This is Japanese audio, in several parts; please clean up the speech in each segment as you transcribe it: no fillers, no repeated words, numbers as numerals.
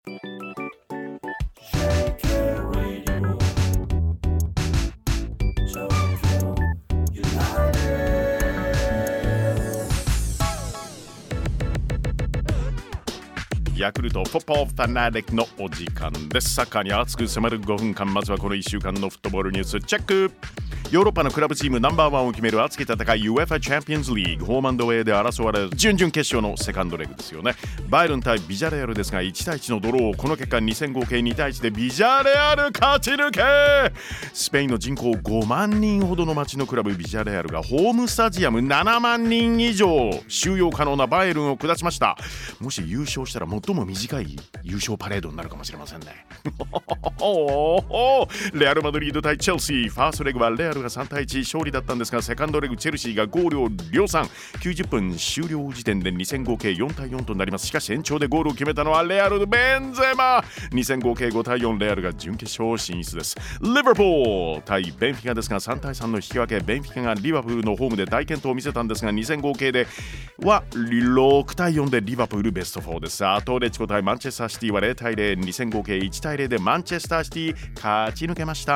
ヤクルトフォッポーファナリックのお時間です。サッカーに熱く迫る5分間、まずはこの1週間のフットボールニュースチェック。ヨーロッパのクラブチームナンバーワンを決める熱き戦い UEFA チャンピオンズリーグ、ホーム&アウェイで争われる準々決勝のセカンドレグですよね。バイエルン対ビジャレアルですが1対1のドロー、この結果2戦合計2対1でビジャレアル勝ち抜け。スペインの人口5万人ほどの町のクラブビジャレアルがホームスタジアム7万人以上収容可能なバイエルンを下しました。もし優勝したら最も短い優勝パレードになるかもしれませんね。レアルマドリード対チェルシー、ファーストレグはレアルが3対1勝利だったんですが、セカンドレグチェルシーがゴールを量産。90分終了時点で2戦合計4対4となります。しかし延長でゴールを決めたのはレアルのベンゼマ。2戦合計5対4、レアルが準決勝進出です。リバプール対ベンフィカですが3対3の引き分け。ベンフィカがリバプールのホームで大健闘を見せたんですが、2戦合計では6対4でリバプールベスト4です。アトレチコ対マンチェスターシティは0対0、2戦合計1対0でマンチェスターシティ勝ち抜けました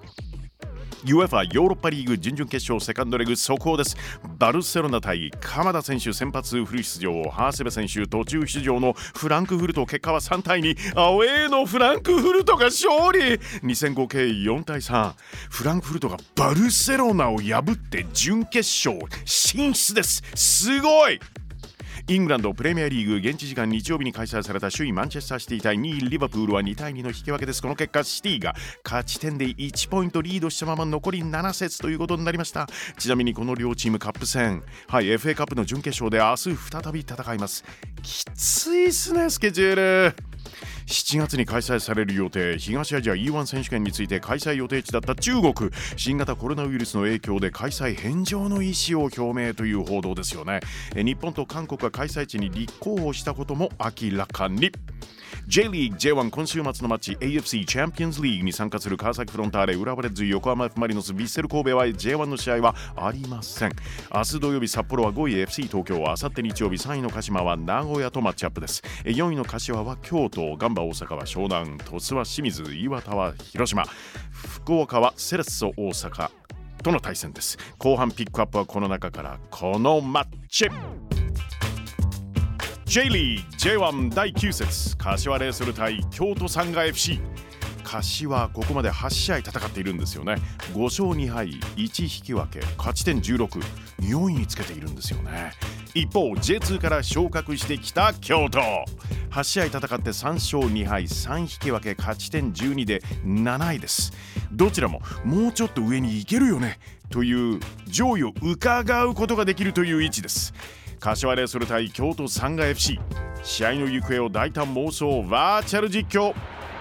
。UEFA ヨーロッパリーグ準々決勝セカンドレグ速報です。バルセロナ対鎌田選手先発フル出場、ハーセベ選手途中出場のフランクフルト、結果は3対2、アウェーのフランクフルトが勝利。2戦合計4対3、フランクフルトがバルセロナを破って準決勝進出です。すごい。イングランドプレミアリーグ現地時間日曜日に開催された首位マンチェスターシティ対2位リバプールは2対2の引き分けです。この結果シティが勝ち点で1ポイントリードしたまま残り7節ということになりました。ちなみにこの両チームカップ戦、FA カップの準決勝で明日再び戦います。きついっすね、スケジュール。7月に開催される予定東アジア E1 選手権について開催予定地だった中国、新型コロナウイルスの影響で開催返上の意思を表明という報道ですよね。日本と韓国が開催地に立候補したことも明らかに。J リーグ J1 今週末のマッチ AFC チャンピオンズリーグに参加する川崎フロンターレ、浦和レッズ、横浜 F マリノス、ヴィッセル神戸は J1 の試合はありません。明日土曜日札幌は5位 FC 東京、あさって日曜日3位の鹿島は名古屋とマッチアップです。4位の柏は京都、ガンバ大阪は湘南、鳥栖は清水、岩田は広島、福岡はセレッソ大阪との対戦です。後半ピックアップはこの中からこのマッチ。J リーグ J1 第9節、柏レイソル対京都サンガ FC。 柏はここまで8試合戦っているんですよね。5勝2敗1引き分け、勝ち点16、4位につけているんですよね。一方 J2 から昇格してきた京都、8試合戦って3勝2敗3引き分け、勝ち点12で7位です。どちらももうちょっと上に行けるよねという上位を伺うことができるという位置です。柏レイソル対京都サンガ FC、 試合の行方を大胆妄想バーチャル実況。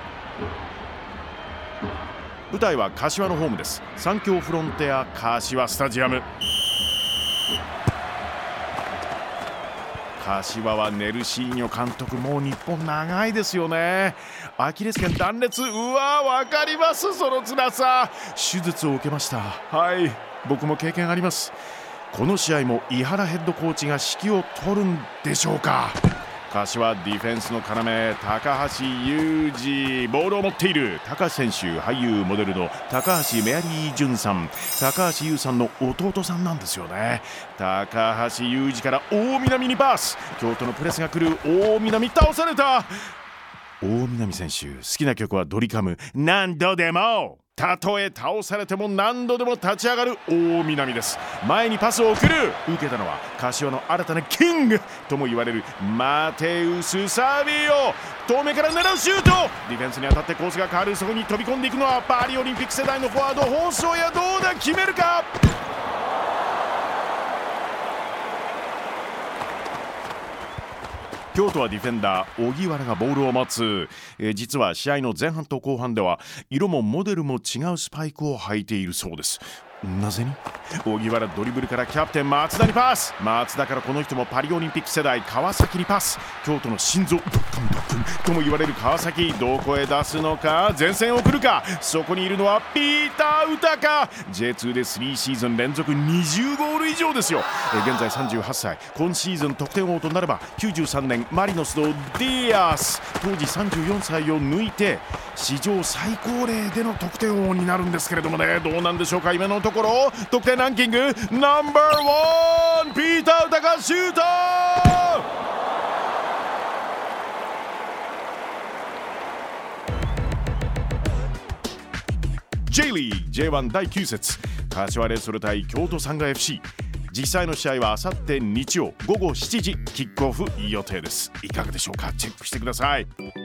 舞台は柏のホームです。三協フロンテア柏スタジアム。柏はネルシーニョ監督、もう日本長いですよね。アキレス腱断裂、わかります、その辛さ。手術を受けました。僕も経験あります。この試合も井原ヘッドコーチが指揮を取るんでしょうか。柏ディフェンスの要高橋祐二、ボールを持っている高橋選手、俳優モデルの高橋メアリージュンさん、高橋優さんの弟さんなんですよね。高橋祐二から大南にパス、京都のプレスが来る。大南倒された。大南選手好きな曲はドリカム、何度でも。たとえ倒されても何度でも立ち上がる大南です。前にパスを送る。受けたのは柏の新たなキングとも言われるマテウス・サビオ。遠目から狙うシュート、ディフェンスに当たってコースが変わる。そこに飛び込んでいくのはパリオリンピック世代のフォワード細谷。どうだ、決めるか。京都はディフェンダー荻原がボールを持つ。実は試合の前半と後半では色もモデルも違うスパイクを履いているそうです。 なぜに？荻原ドリブルからキャプテン松田にパス。松田からこの人もパリオリンピック世代川崎にパス。京都の心臓ドッカンドッカンとも言われる川崎、どこへ出すのか？前線を送るか？そこにいるのはピーター・ウタカ。 J2 で3シーズン連続20ゴール以上ですよ。現在38歳、今シーズン得点王となれば93年マリノスのディアス、当時34歳を抜いて史上最高齢での得点王になるんですけれどもね、どうなんでしょうか。今のところ得点ランキングナンバー1、ピーター・ウタカシュート。J リーグ J1 第9節、柏レイソル対京都サンガ FC。 実際の試合はあさって日曜午後7時キックオフ予定です。いかがでしょうか。チェックしてください。